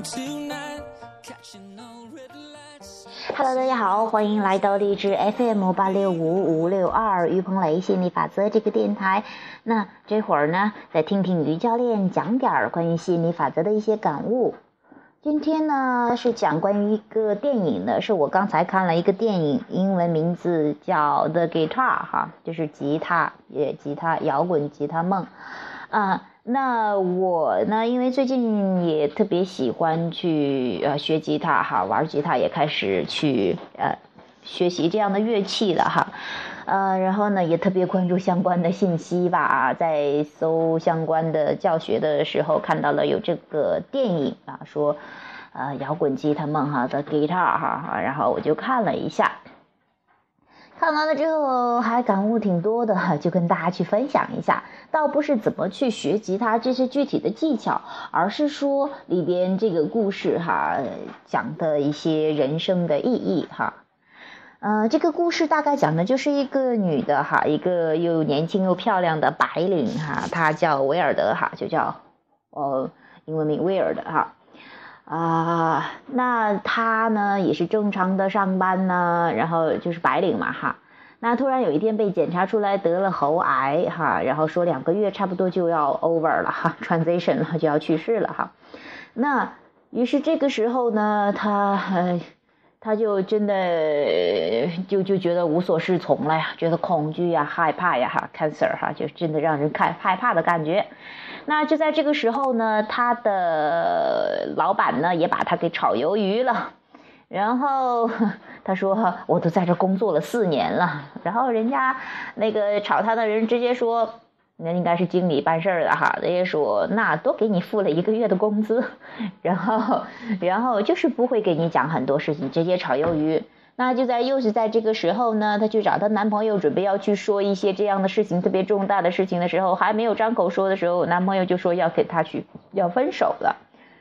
Hello， 大家好，欢迎来到荔枝 FM8655562于鹏雷心理法则这个电台。那这会儿呢，再听听于教练讲点关于心理法则的一些感悟。今天呢是讲关于一个电影的，是我刚才看了一个电影，英文名字叫 The Guitar 哈，就是吉他摇滚吉他梦那我呢，因为最近也特别喜欢去学吉他哈，玩吉他也开始去学习这样的乐器了哈，然后呢也特别关注相关的信息吧，在搜相关的教学的时候看到了有这个电影说摇滚吉他梦哈的 Guitar 哈，然后我就看了一下。看完了之后还感悟挺多的，就跟大家去分享一下，倒不是怎么去学吉他这些具体的技巧，而是说里边这个故事哈讲的一些人生的意义哈。这个故事大概讲的就是一个女的哈，一个又年轻又漂亮的白领哈，她叫维尔德哈，就叫英文名威尔的哈。那他呢也是正常的上班呢，然后就是白领嘛哈。那突然有一天被检查出来得了喉癌哈，然后说2个月差不多就要 over 了哈 ，transition 了就要去世了哈。那于是这个时候呢，他就真的就觉得无所适从了呀，觉得恐惧呀、害怕呀哈 ，cancer 哈，就真的让人害怕的感觉。那就在这个时候呢，他的老板呢也把他给炒鱿鱼了，然后他说我都在这工作了4年了，然后人家那个炒他的人直接说，那应该是经理办事的哈，人家说那多给你付了1个月的工资，然后就是不会给你讲很多事情，直接炒鱿鱼。那又是在这个时候呢，她去找她男朋友，准备要去说一些这样的事情，特别重大的事情的时候，还没有张口说的时候，男朋友就说要给她要分手了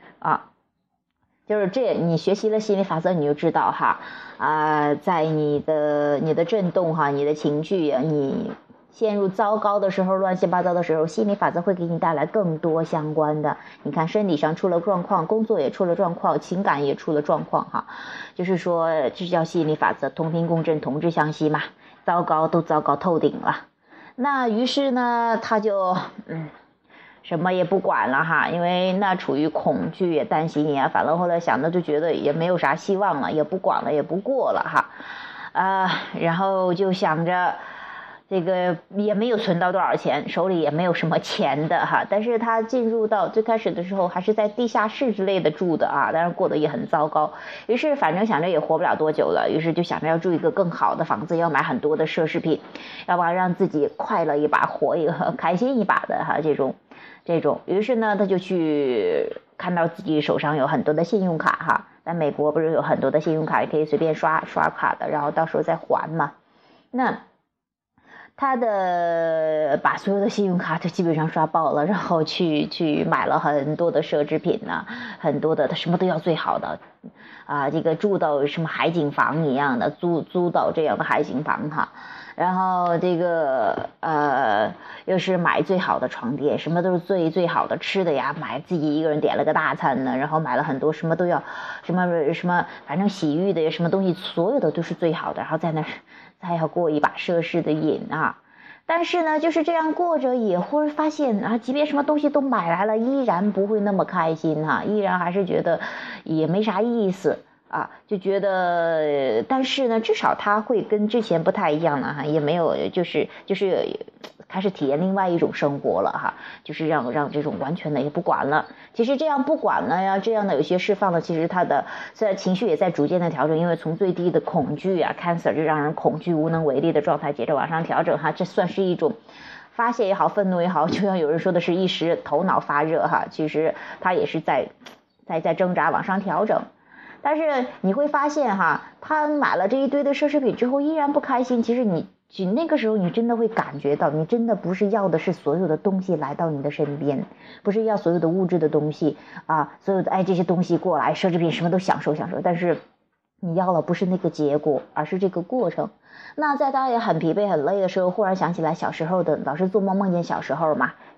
就是你学习了心理法则，你就知道哈在你的震动哈，你的情绪你陷入糟糕的时候，乱七八糟的时候，心理法则会给你带来更多相关的。你看身体上出了状况，工作也出了状况，情感也出了状况哈，就是说这叫心理法则，同频共振，同质相吸嘛，糟糕都糟糕透顶了。那于是呢他就什么也不管了哈，因为那处于恐惧也担心也，反正后来想的就觉得也没有啥希望了，也不管了，也不过了哈然后就想着这个也没有存到多少钱，手里也没有什么钱的哈，但是他进入到最开始的时候还是在地下室之类的住的但是过得也很糟糕。于是反正想着也活不了多久了，于是就想着要住一个更好的房子，要买很多的奢侈品，要不然让自己快乐一把，活一个开心一把的哈这种。于是呢他就去看到自己手上有很多的信用卡哈，在美国不是有很多的信用卡也可以随便刷卡的，然后到时候再还嘛。那他把所有的信用卡都基本上刷爆了，然后去买了很多的奢侈品很多的，他什么都要最好的这个住到什么海景房一样的，租到这样的海景房哈，然后这个又是买最好的床垫，什么都是最好的吃的呀，买自己一个人点了个大餐呢，然后买了很多什么都要什么反正洗浴的呀，什么东西所有的都是最好的，然后在那还要过一把奢侈的瘾但是呢就是这样过着，也会发现即便什么东西都买来了，依然不会那么开心依然还是觉得也没啥意思就觉得但是呢至少他会跟之前不太一样了也没有就是开始体验另外一种生活了就是让这种完全的也不管了。其实这样不管呢这样的有些释放了，其实他的现在情绪也在逐渐的调整，因为从最低的恐惧cancer 就让人恐惧无能为力的状态接着往上调整这算是一种发泄也好，愤怒也好，就像有人说的是一时头脑发热其实他也是在挣扎往上调整。但是你会发现他买了这一堆的奢侈品之后依然不开心，其实你那个时候你真的会感觉到，你真的不是要的是所有的东西来到你的身边，不是要所有的物质的东西所有的这些东西过来，奢侈品什么都享受，但是你要了不是那个结果，而是这个过程。那在他也很疲惫很累的时候，忽然想起来小时候的，老是做梦梦见小时候嘛，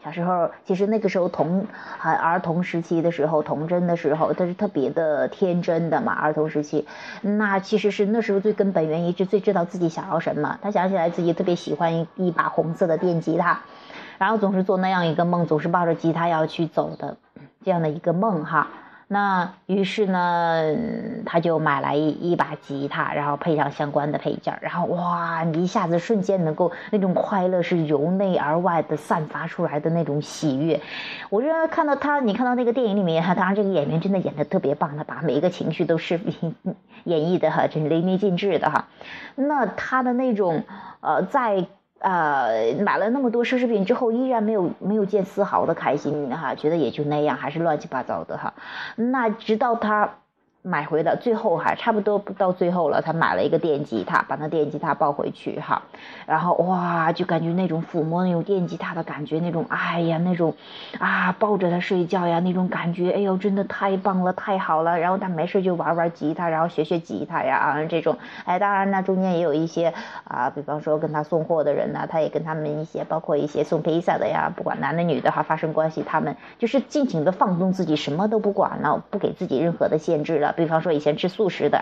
小时候其实那个时候儿童时期的时候，童真的时候，他是特别的天真的嘛，儿童时期，那其实是那时候最根本原因，最知道自己想要什么。他想起来自己特别喜欢一把红色的电吉他，然后总是做那样一个梦，总是抱着吉他要去走的这样的一个梦哈。那于是呢，他就买来一把吉他，然后配上相关的配件，然后哇，你一下子瞬间能够那种快乐是由内而外的散发出来的那种喜悦。我认为看到他，你看到那个电影里面，当然这个演员真的演得特别棒，他把每一个情绪都是演绎的哈，真是淋漓尽致的哈。那他的那种在买了那么多奢侈品之后，依然没有见丝毫的开心哈，觉得也就那样，还是乱七八糟的哈。那直到他买回的最后还差不多到最后了，他买了一个电吉他，把那电吉他抱回去哈，然后哇，就感觉那种抚摸那种电吉他的感觉，那种哎呀，那种抱着他睡觉呀，那种感觉，哎呦，真的太棒了，太好了。然后他没事就玩吉他，然后学吉他呀这种，当然呢中间也有一些比方说跟他送货的人呢，他也跟他们一些，包括一些送披萨的呀，不管男的女的哈，发生关系，他们就是尽情的放纵自己，什么都不管了，不给自己任何的限制了。比方说以前吃素食的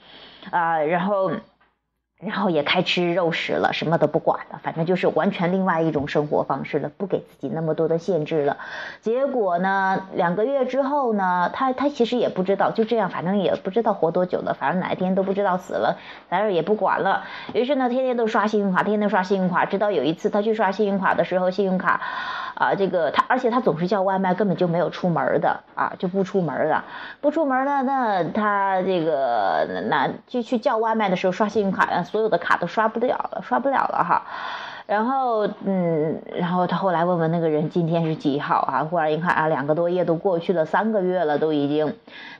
然后也开吃肉食了，什么都不管了，反正就是完全另外一种生活方式了，不给自己那么多的限制了。结果呢，2个月之后呢，他其实也不知道，就这样，反正也不知道活多久了，反正哪一天都不知道死了，反正也不管了。于是呢，天天都刷信用卡，直到有一次他去刷信用卡的时候，信用卡而且他总是叫外卖，根本就没有出门的就不出门了。那他去叫外卖的时候刷信用卡，所有的卡都刷不了了哈。然后他后来问问那个人今天是几号忽然一看2个多月都过去了，3个月了，都已经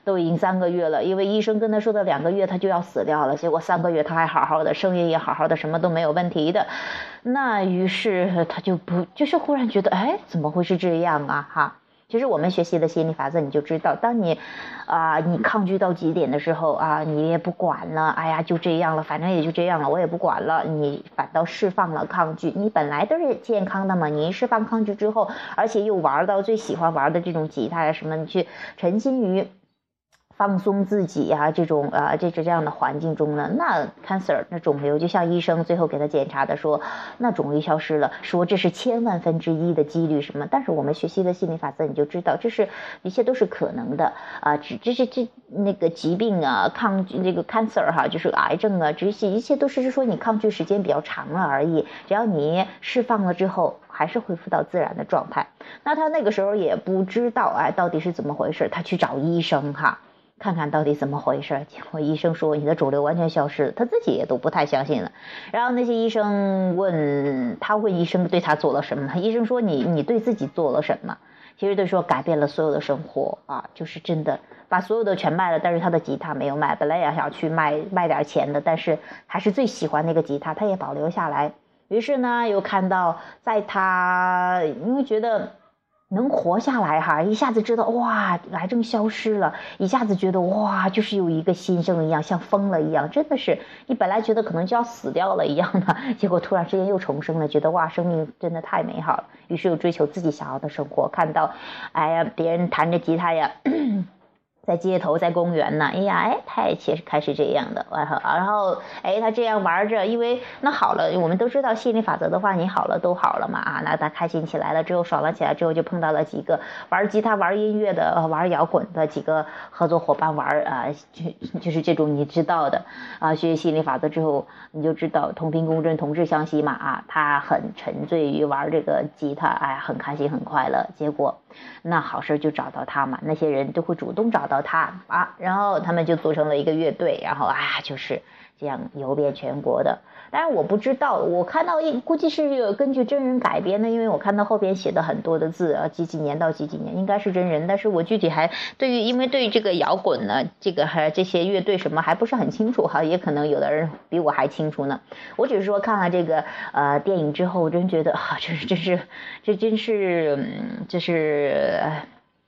3个月了，因为医生跟他说的2个月他就要死掉了，结果3个月他还好好的，声音也好好的，什么都没有问题的。那于是他就是忽然觉得怎么会是这样哈。其实我们学习的心理法则，你就知道，当你抗拒到极点的时候你也不管了，哎呀就这样了，反正也就这样了，我也不管了，你反倒释放了抗拒。你本来都是健康的嘛，你一释放抗拒之后，而且又玩到最喜欢玩的这种吉他呀什么，你去沉浸于放松自己这种这样的环境中呢，那 cancer 那肿瘤，就像医生最后给他检查的说，那肿瘤消失了，说这是千万分之一的几率什么。但是我们学习的心理法则，你就知道一切都是可能的那个疾病抗拒这个 cancer就是癌症这些一切都是说你抗拒时间比较长了而已，只要你释放了之后，还是恢复到自然的状态。那他那个时候也不知道到底是怎么回事，他去找医生看看到底怎么回事，结果医生说你的肿瘤完全消失了，他自己也都不太相信了。然后那些医生问医生对他做了什么，医生说你对自己做了什么，其实就说改变了所有的生活就是真的把所有的全卖了，但是他的吉他没有卖，本来也想去卖点钱的，但是还是最喜欢那个吉他，他也保留下来。于是呢又看到在他因为觉得能活下来一下子知道哇癌症消失了，一下子觉得哇就是有一个新生一样，像疯了一样，真的是你本来觉得可能就要死掉了一样的，结果突然之间又重生了，觉得哇生命真的太美好了。于是又追求自己想要的生活，看到别人弹着吉他呀在街头在公园呢，他也其实开始这样的，然后他这样玩着，因为那好了，我们都知道心理法则的话，你好了都好了嘛那他开心起来了之后，爽了起来之后，就碰到了几个玩吉他玩音乐的玩摇滚的几个合作伙伴玩就是这种你知道的学习心理法则之后，你就知道同频共振同质相吸嘛他很沉醉于玩这个吉他很开心很快乐，结果那好事就找到他嘛，那些人就会主动找到他然后他们就组成了一个乐队，然后就是这样游遍全国的。当然我不知道，我看到估计是有根据真人改编的，因为我看到后边写的很多的字几年到几年应该是真人，但是我具体还因为对于这个摇滚呢还这些乐队什么还不是很清楚也可能有的人比我还清楚呢。我只是说看了这个电影之后，我真觉得这真是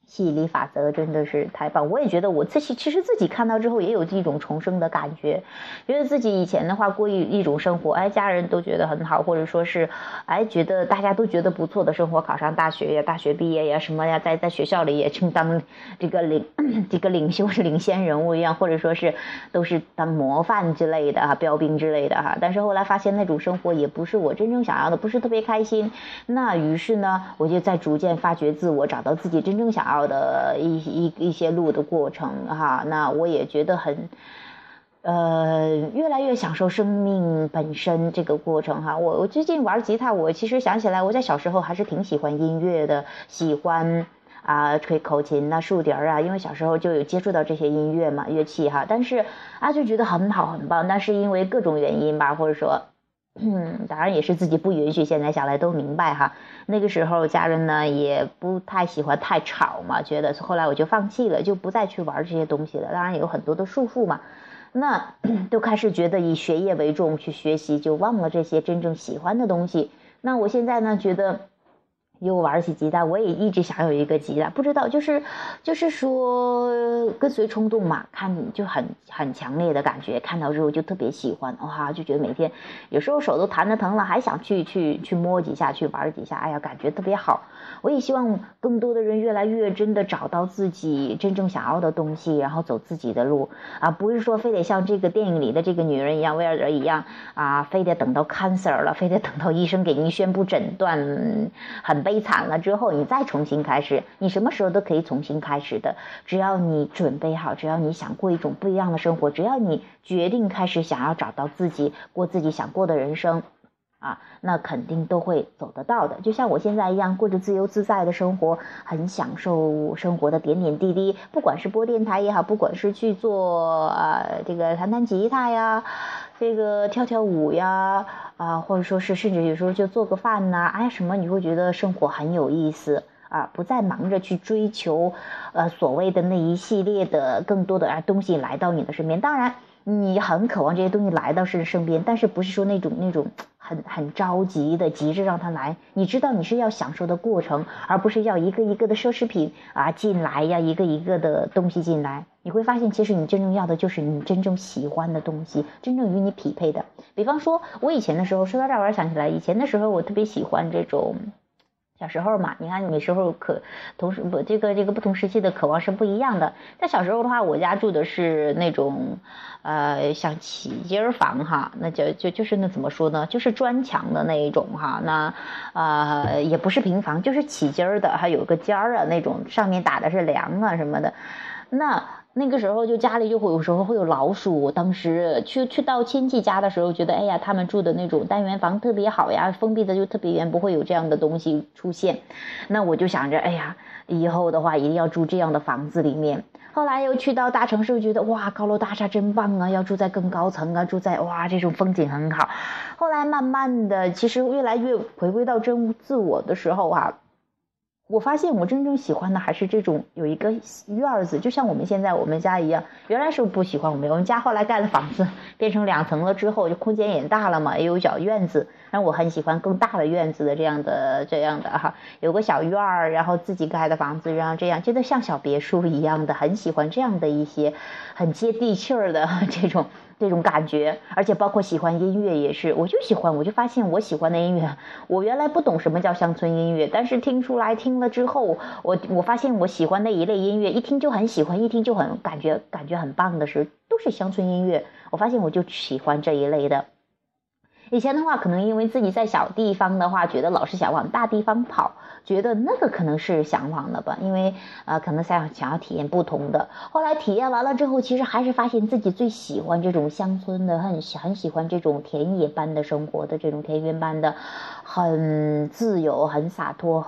吸引力法则真的是太棒，我也觉得我其实自己看到之后也有一种重生的感觉，觉得自己以前的话过一种生活，家人都觉得很好，或者说是觉得大家都觉得不错的生活，考上大学呀，大学毕业呀，什么呀，在学校里也称当这个领袖是领先人物一样，或者说是都是当模范之类的标兵之类的但是后来发现那种生活也不是我真正想要的，不是特别开心，那于是呢我就在逐渐发掘自我，找到自己真正想要的一些路的过程那我也觉得很越来越享受生命本身这个过程我最近玩吉他，我其实想起来我在小时候还是挺喜欢音乐的，喜欢吹口琴竖笛因为小时候就有接触到这些音乐嘛，乐器但是就觉得很好很棒，但是因为各种原因吧，或者说当然也是自己不允许，现在想来都明白那个时候家人呢也不太喜欢太吵嘛，觉得后来我就放弃了，就不再去玩这些东西了，当然有很多的束缚嘛，那都开始觉得以学业为重去学习，就忘了这些真正喜欢的东西。那我现在呢觉得又玩起吉他，我也一直想有一个吉他，不知道就是说跟随冲动嘛，看就很强烈的感觉，看到之后就特别喜欢，就觉得每天有时候手都弹得疼了，还想去摸几下，去玩几下，感觉特别好。我也希望更多的人越来越真的找到自己真正想要的东西，然后走自己的路不是说非得像这个电影里的这个女人一样，威尔德一样非得等到 cancer 了，非得等到医生给您宣布诊断很悲惨了之后你再重新开始，你什么时候都可以重新开始的，只要你准备好，只要你想过一种不一样的生活，只要你决定开始想要找到自己，过自己想过的人生那肯定都会走得到的。就像我现在一样，过着自由自在的生活，很享受生活的点点滴滴，不管是播电台也好，不管是去做这个弹弹吉他呀，这个跳跳舞呀或者说是甚至有时候就做个饭什么你会觉得生活很有意思不再忙着去追求所谓的那一系列的更多的东西来到你的身边。当然你很渴望这些东西来到身边，但是不是说那种很着急的急着让它来，你知道你是要享受的过程，而不是要一个一个的奢侈品进来呀，一个一个的东西进来。你会发现其实你真正要的就是你真正喜欢的东西，真正与你匹配的。比方说我以前的时候，说到这儿我想起来，以前的时候我特别喜欢这种小时候嘛，你看你时候同时这个不同时期的渴望是不一样的。在小时候的话，我家住的是那种像起间房那就是那怎么说呢，就是砖墙的那一种那也不是平房，就是起间的，还有个尖那种，上面打的是梁什么的。那个时候就家里就会有时候会有老鼠，当时去到亲戚家的时候，觉得他们住的那种单元房特别好呀，封闭的就特别严，不会有这样的东西出现。那我就想着以后的话一定要住这样的房子里面。后来又去到大城市，觉得哇，高楼大厦真棒要住在更高层住在这种风景很好。后来慢慢的其实越来越回归到真自我的时候我发现我真正喜欢的还是这种有一个院子，就像我们家一样。原来是不喜欢我们家后来盖的房子变成2层了之后，就空间也大了嘛，也有小院子，然后我很喜欢更大的院子的这样的有个小院儿，然后自己盖的房子，然后这样觉得像小别墅一样的，很喜欢这样的一些很接地气儿的这种感觉。而且包括喜欢音乐也是，我就发现我喜欢的音乐，我原来不懂什么叫乡村音乐，但是听了之后，我发现我喜欢那一类音乐，一听就很喜欢，一听就很感觉很棒的时候，都是乡村音乐。我发现我就喜欢这一类的。以前的话可能因为自己在小地方的话，觉得老是想往大地方跑，觉得那个可能是向往的吧，因为可能想要体验不同的。后来体验完了之后，其实还是发现自己最喜欢这种乡村的，很喜欢这种田野般的生活的，这种田园般的，很自由很洒脱，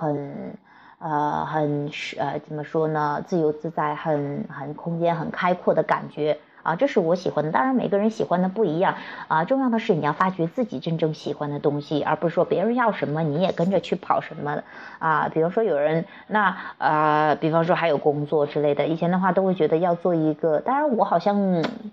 怎么说呢，自由自在，很空间很开阔的感觉这是我喜欢的。当然每个人喜欢的不一样重要的是你要发掘自己真正喜欢的东西，而不是说别人要什么你也跟着去跑什么比方说有人比方说还有工作之类的，以前的话都会觉得要做一个，当然我好像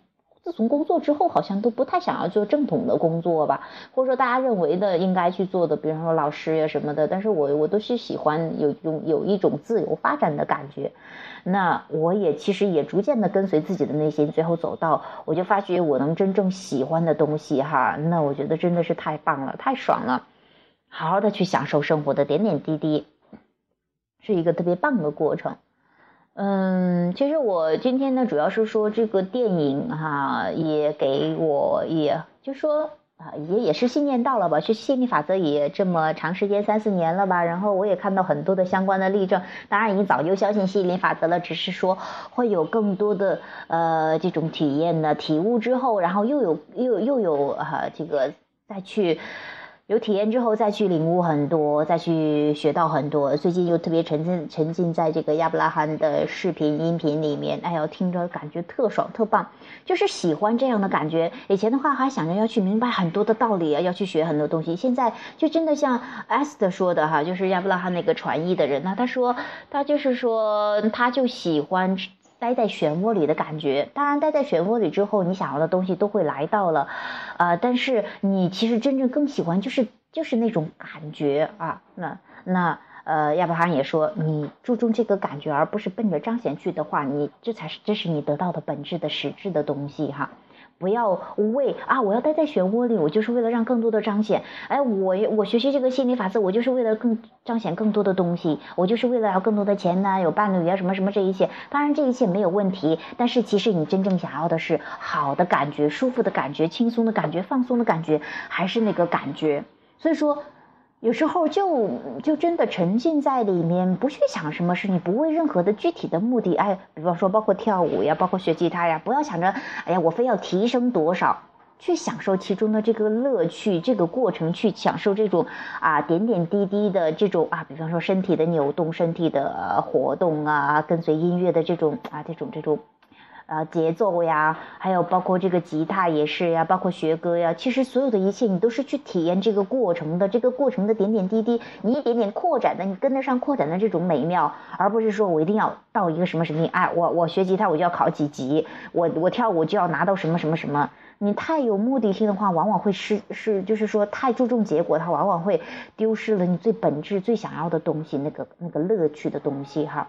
自从工作之后，好像都不太想要做正统的工作吧，或者说大家认为的应该去做的，比方说老师呀什么的，但是我都是喜欢有一种自由发展的感觉。那我也其实也逐渐的跟随自己的内心，最后走到我就发觉我能真正喜欢的东西哈，那我觉得真的是太棒了，太爽了，好好的去享受生活的点点滴滴，是一个特别棒的过程。其实我今天呢，主要是说这个电影哈，也给我，也就说也是信念到了吧，学习心理法则也这么长时间3-4年了吧，然后我也看到很多的相关的例证，当然已经早就相信心理法则了，只是说会有更多的这种体验的体悟之后，然后又有这个再去。有体验之后再去领悟很多，再去学到很多。最近又特别沉浸在这个亚伯拉罕的视频音频里面，哎呦，听着感觉特爽特棒，就是喜欢这样的感觉。以前的话还想着要去明白很多的道理啊，要去学很多东西，现在就真的像 Esther 说的哈，就是亚伯拉罕那个传译的人呢，他说他就是说他就喜欢待在漩涡里的感觉，当然待在漩涡里之后，你想要的东西都会来到了，但是你其实真正更喜欢就是那种感觉啊。亚伯拉罕也说，你注重这个感觉，而不是奔着彰显去的话，这是你得到的本质的实质的东西哈。不要我要待在漩涡里，我就是为了让更多的彰显。我学习这个心理法则，我就是为了彰显更多的东西，我就是为了要更多的钱呐，有伴侣啊，什么什么这一切。当然这一切没有问题，但是其实你真正想要的是好的感觉、舒服的感觉、轻松的感觉、放松的感觉，还是那个感觉。所以说。有时候就真的沉浸在里面，不去想什么事，你不为任何的具体的目的，比方说包括跳舞呀，包括学吉他呀，不要想着，我非要提升多少，去享受其中的这个乐趣，这个过程，去享受这种点点滴滴的这种比方说身体的扭动，身体的活动啊，跟随音乐的这种节奏呀，还有包括这个吉他也是呀，包括学歌呀，其实所有的一切你都是去体验这个过程的，这个过程的点点滴滴，你一点点扩展的，你跟得上扩展的这种美妙，而不是说我一定要到一个什么我学吉他我就要考几级，我跳舞就要拿到什么什么什么，你太有目的性的话，往往会就是说太注重结果，它往往会丢失了你最本质最想要的东西，那个乐趣的东西哈。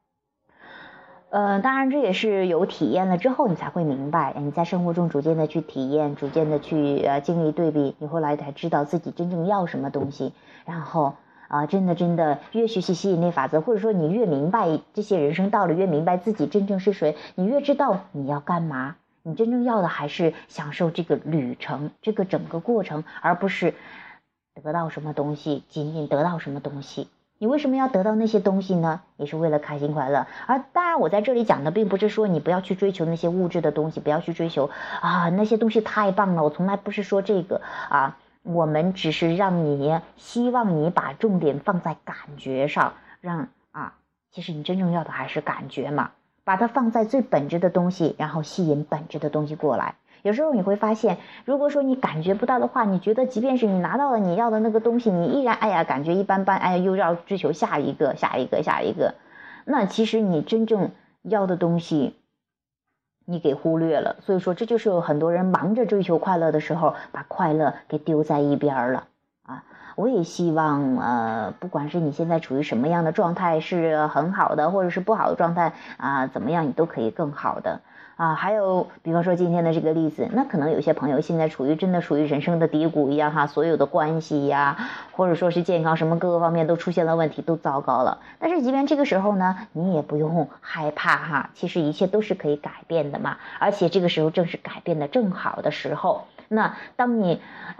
当然这也是有体验了之后你才会明白，你在生活中逐渐的去体验，逐渐的去经历对比，你后来才知道自己真正要什么东西，然后真的越学习吸引力法则，或者说你越明白这些人生道理，越明白自己真正是谁，你越知道你要干嘛，你真正要的还是享受这个旅程，这个整个过程，而不是得到什么东西，仅仅得到什么东西。你为什么要得到那些东西呢？也是为了开心快乐。而当然我在这里讲的并不是说你不要去追求那些物质的东西，不要去追求那些东西太棒了，我从来不是说这个我们只是希望你把重点放在感觉上，其实你真正要的还是感觉嘛，把它放在最本质的东西，然后吸引本质的东西过来。有时候你会发现，如果说你感觉不到的话，你觉得即便是你拿到了你要的那个东西，你依然感觉一般般，又要追求下一个，那其实你真正要的东西你给忽略了。所以说这就是有很多人忙着追求快乐的时候，把快乐给丢在一边了我也希望不管是你现在处于什么样的状态，是很好的或者是不好的状态怎么样你都可以更好的还有比方说今天的这个例子，那可能有些朋友现在真的属于人生的低谷一样所有的关系呀，或者说是健康什么各个方面都出现了问题，都糟糕了。但是即便这个时候呢，你也不用害怕其实一切都是可以改变的嘛，而且这个时候正是改变的正好的时候。那当你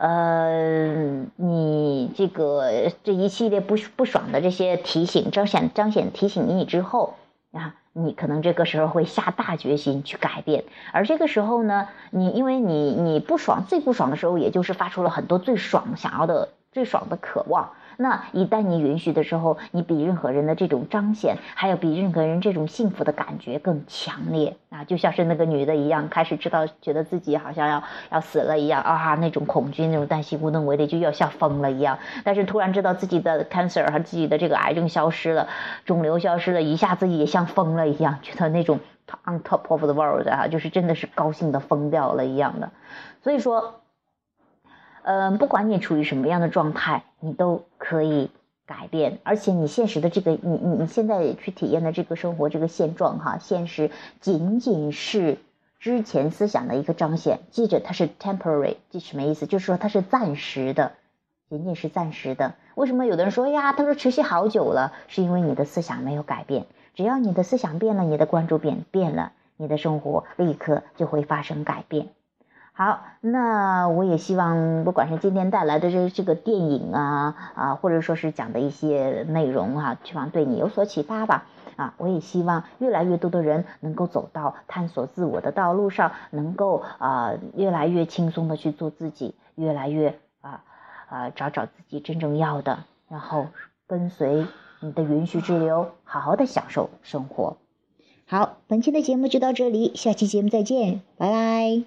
这一系列不爽的这些提醒彰显提醒你之后你可能这个时候会下大决心去改变。而这个时候呢，因为你不爽，最不爽的时候也就是发出了很多最爽的渴望，那一旦你允许的时候，你比任何人的这种彰显，还有比任何人这种幸福的感觉更强烈就像是那个女的一样，开始觉得自己好像要死了一样那种恐惧，那种担心无能为力，就要像疯了一样。但是突然知道自己的 cancer 和自己的这个癌症消失了，肿瘤消失了，一下子也像疯了一样，觉得那种 on top of the world 啊，就是真的是高兴的疯掉了一样的。所以说不管你处于什么样的状态，你都可以改变，而且你现实的这个你现在去体验的这个生活这个现状哈，现实仅仅是之前思想的一个彰显，记着它是 temporary， 这什么意思？就是说它是暂时的，仅仅是暂时的。为什么有的人说呀，他说持续好久了，是因为你的思想没有改变。只要你的思想变了，你的关注变了，你的生活立刻就会发生改变。好，那我也希望不管是今天带来的这个电影或者说是讲的一些内容希望对你有所启发吧。我也希望越来越多的人能够走到探索自我的道路上，能够越来越轻松的去做自己，越来越找自己真正要的，然后跟随你的允许之流，好好的享受生活。好，本期的节目就到这里，下期节目再见，拜拜。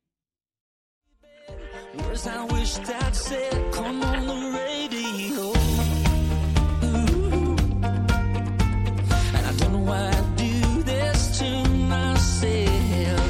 Words I wished I'd said, come on the radio. And I don't know why I do this to myself.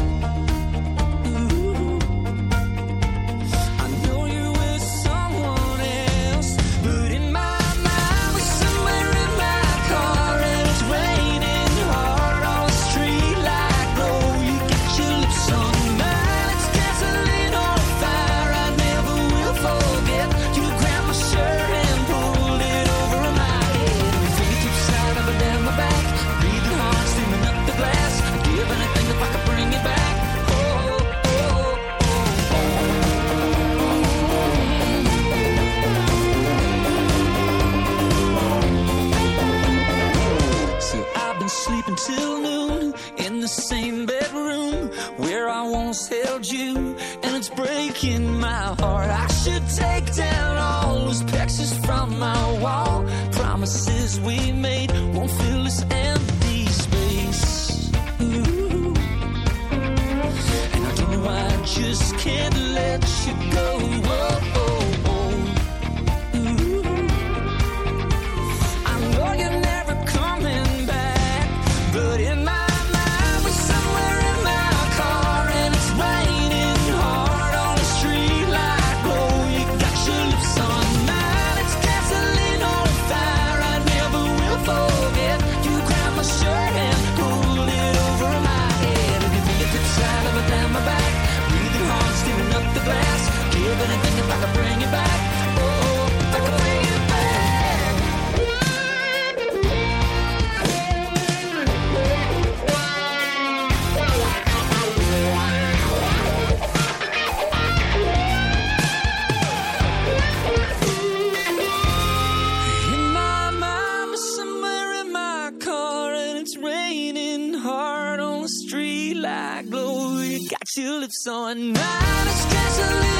I know you're with someone else, but in my mind we're somewhere in my car, and it's raining hard on the street like oh, you got your lips on mine. It's gasoline on fire, I never will forget. You grabbed my shirt and pulled it over my head. Your fingertips slide up and down my back, breathing hard, steaming up the glass. I'd give anything if I could bring it back. See, I've been sleeping till noon in the same bedroom where I once held you, and it's breaking my heart. I should take down all those pictures from my wall. Promises we made won't fill this empty space. Ooh. And I don't know why I just can't let you go. Whoa, oh, oh. Ooh. I know you're never coming back, but in my mind we're somewhere in my car, and it's raining hard on the street like oh, you got your lips on mine. It's gasoline on fire, I never will forget. You grabbed my shirt and pulled it over my head, and your fingertips slide up and down my back, breathing hard, steaming up the glass. Give anything if I could bring it back. Oh, if I could bring it back. In my mind, we're somewhere in my car, and it's raining hard on the street like glow. You got your lips on mine, it's gasoline